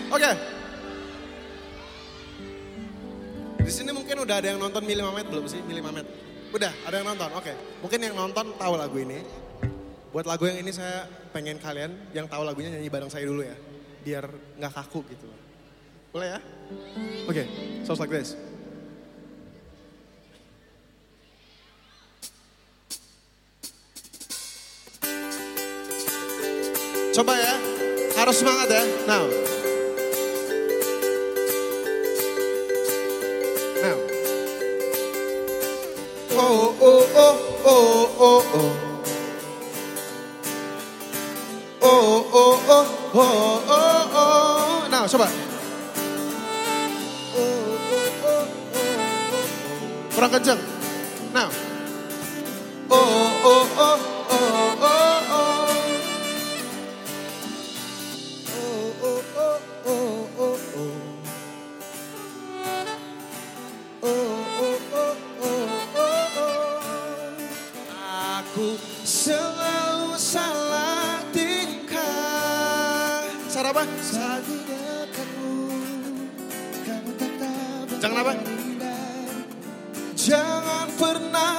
Oke. Di sini mungkin udah ada yang nonton Mili Mamet belum sih? Mili Mamet. Udah, ada yang nonton. Oke. Mungkin yang nonton tahu lagu ini. Buat lagu yang ini saya pengen kalian yang tahu lagunya nyanyi bareng saya dulu ya. Biar nggak kaku gitu. Boleh ya? Oke, sounds like this. Coba ya, harus semangat ya. Now. Oh, oh, oh, oh, oh, oh. Oh, oh, oh, oh, oh, oh. Now, coba. Kurang kenceng. Now. Oh, oh, oh, oh, oh, oh. Aku selalu salah tingkah. Salah apa? Saat di dekatmu, kamu tetap Jangan apa? indah. Jangan pernah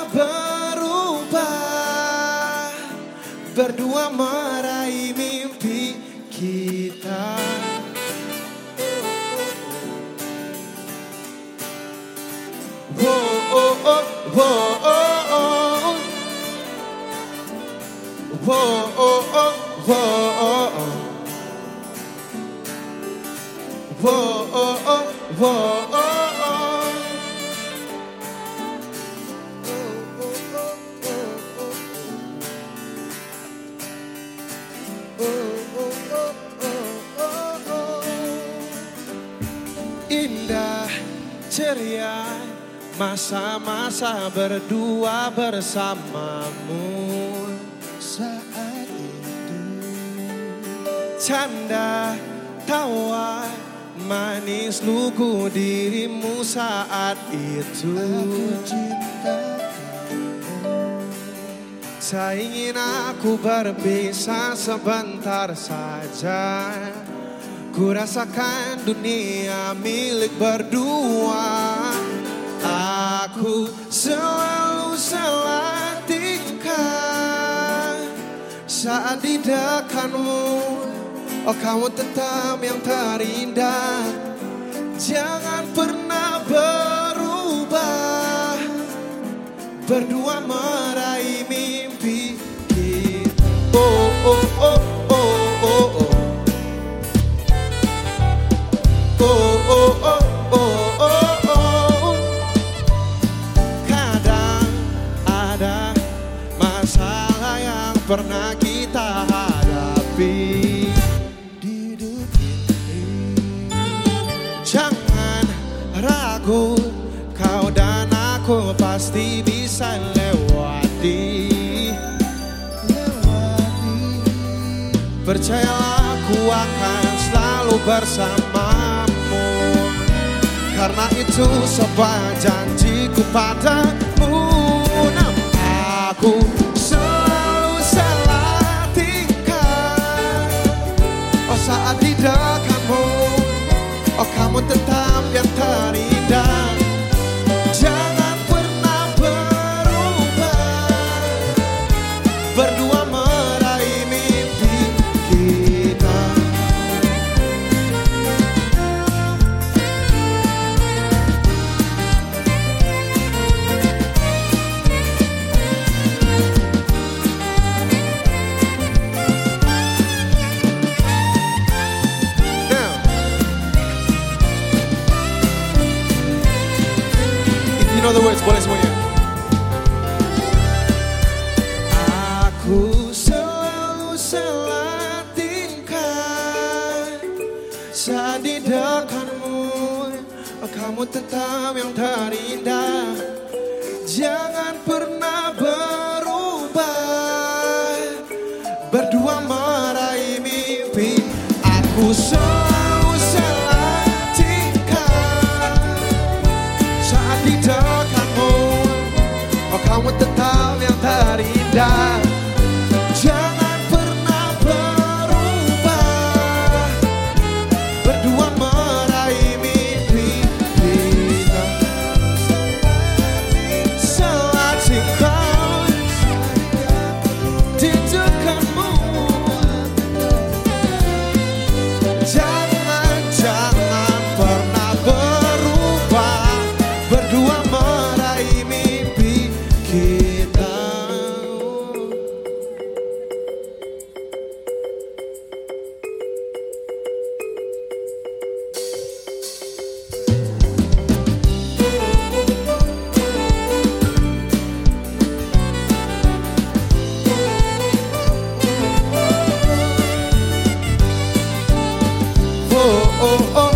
berubah. Berdua meraih mimpi kita. Oh, oh, oh, oh, oh, oh. Oh, oh, oh, oh, oh, oh. Oh, oh, oh, oh, oh, oh. Indah, ceria, masa-masa berdua bersamamu. Saat itu Canda, tawa, manis lugu dirimu saat itu. aku cinta Tak ingin aku berpisah sebentar saja. Ku rasakan dunia milik berdua. Aku selalu salah tingkah saat di dekatmu. Oh, kamu tetap yang terindah. Jangan pernah berubah. Berdua meraih mimpi kita. Oh, oh, oh, oh, oh, oh. Oh, oh, oh, oh, oh, oh. Kadang ada masalah yang pernah kita hadapi. di hidup ini. Jangan ragu, kau dan aku pasti bisa lewati. Percayalah, aku akan selalu bersamamu. Karena itu sebuah janjiku padamu. Nah, aku selalu salah tingkah. Oh, saat di dekatmu, oh, kamu tetap yang terindah. Jangan pernah berubah. Berdua meraih mimpi kita. Now, if you know the words, boleh semuanya. Aku selalu salah tingkah saat di dekatmu. Oh, kamu tetap yang terindah. Jangan pernah berubah. Berdua meraih mimpi. Aku selalu salah tingkah saat di dekatmu. Oh, kamu tetap yang terindah. Jangan pernah berubah. Berdua oh, oh.